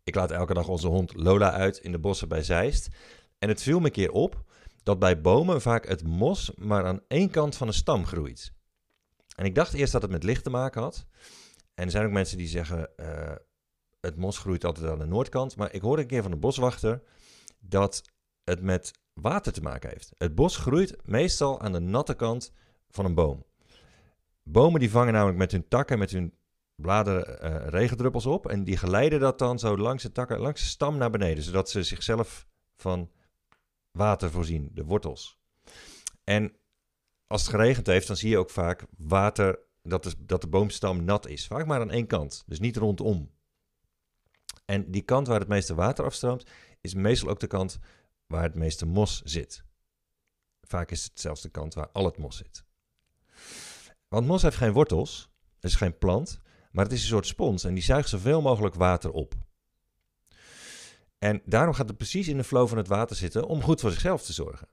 Ik laat elke dag onze hond Lola uit in de bossen bij Zeist. En het viel me een keer op dat bij bomen vaak het mos maar aan één kant van een stam groeit. En ik dacht eerst dat het met licht te maken had. En er zijn ook mensen die zeggen, het mos groeit altijd aan de noordkant. Maar ik hoorde een keer van een boswachter dat het met water te maken heeft. Het bos groeit meestal aan de natte kant van een boom. Bomen die vangen namelijk met hun takken, met hun bladeren regendruppels op. En die geleiden dat dan zo langs de takken, langs de stam naar beneden. Zodat ze zichzelf van water voorzien, de wortels. En als het geregend heeft, dan zie je ook vaak water, dat de boomstam nat is. Vaak maar aan één kant, dus niet rondom. En die kant waar het meeste water afstroomt, is meestal ook de kant waar het meeste mos zit. Vaak is het zelfs de kant waar al het mos zit. Want mos heeft geen wortels, het is geen plant, maar het is een soort spons en die zuigt zoveel mogelijk water op. En daarom gaat het precies in de flow van het water zitten om goed voor zichzelf te zorgen.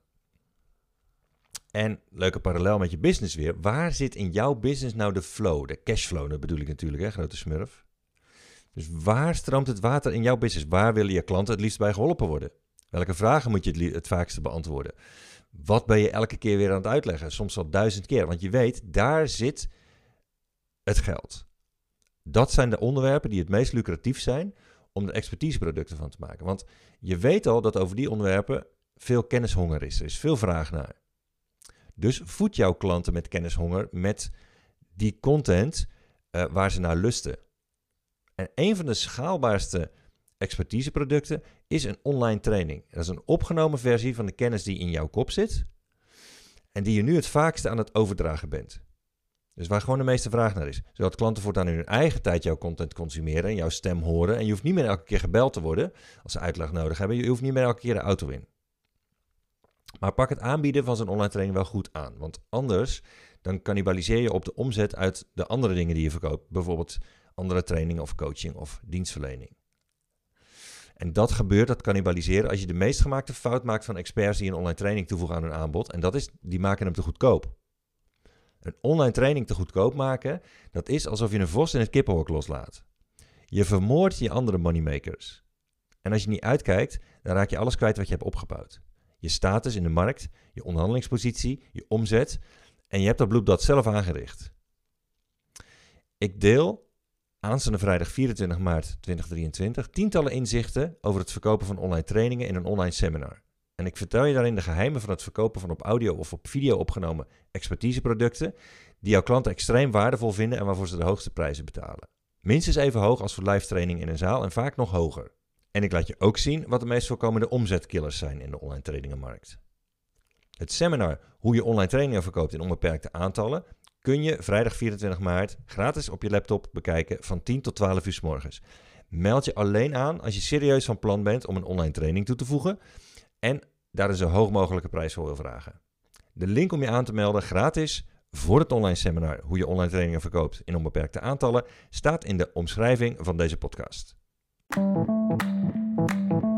En leuke parallel met je business weer. Waar zit in jouw business nou de flow? De cashflow, dat bedoel ik natuurlijk, hè, grote smurf. Dus waar stroomt het water in jouw business? Waar willen je klanten het liefst bij geholpen worden? Welke vragen moet je het vaakste beantwoorden? Wat ben je elke keer weer aan het uitleggen? Soms al 1000 keer. Want je weet, daar zit het geld. Dat zijn de onderwerpen die het meest lucratief zijn om er expertiseproducten van te maken. Want je weet al dat over die onderwerpen veel kennishonger is. Er is veel vraag naar. Dus voed jouw klanten met kennishonger, met die content waar ze naar lusten. En een van de schaalbaarste expertiseproducten is een online training. Dat is een opgenomen versie van de kennis die in jouw kop zit en die je nu het vaakste aan het overdragen bent. Dus waar gewoon de meeste vraag naar is. Zodat klanten voortaan in hun eigen tijd jouw content consumeren en jouw stem horen. En je hoeft niet meer elke keer gebeld te worden als ze uitleg nodig hebben. Je hoeft niet meer elke keer de auto in. Maar pak het aanbieden van zo'n online training wel goed aan. Want anders dan cannibaliseer je op de omzet uit de andere dingen die je verkoopt. Bijvoorbeeld andere trainingen of coaching of dienstverlening. En dat cannibaliseren als je de meest gemaakte fout maakt van experts die een online training toevoegen aan hun aanbod. En dat is, die maken hem te goedkoop. Een online training te goedkoop maken, dat is alsof je een vos in het kippenhok loslaat. Je vermoordt je andere moneymakers. En als je niet uitkijkt, dan raak je alles kwijt wat je hebt opgebouwd. Je status in de markt, je onderhandelingspositie, je omzet. En je hebt dat bloedbad zelf aangericht. Ik deel aanstaande vrijdag 24 maart 2023 tientallen inzichten over het verkopen van online trainingen in een online seminar. En ik vertel je daarin de geheimen van het verkopen van op audio of op video opgenomen expertiseproducten die jouw klanten extreem waardevol vinden en waarvoor ze de hoogste prijzen betalen. Minstens even hoog als voor live training in een zaal en vaak nog hoger. En ik laat je ook zien wat de meest voorkomende omzetkillers zijn in de online trainingenmarkt. Het seminar Hoe je online trainingen verkoopt in onbeperkte aantallen kun je vrijdag 24 maart gratis op je laptop bekijken van 10 tot 12 uur 's morgens. Meld je alleen aan als je serieus van plan bent om een online training toe te voegen en daar een zo hoog mogelijke prijs voor wil vragen. De link om je aan te melden gratis voor het online seminar Hoe je online trainingen verkoopt in onbeperkte aantallen staat in de omschrijving van deze podcast.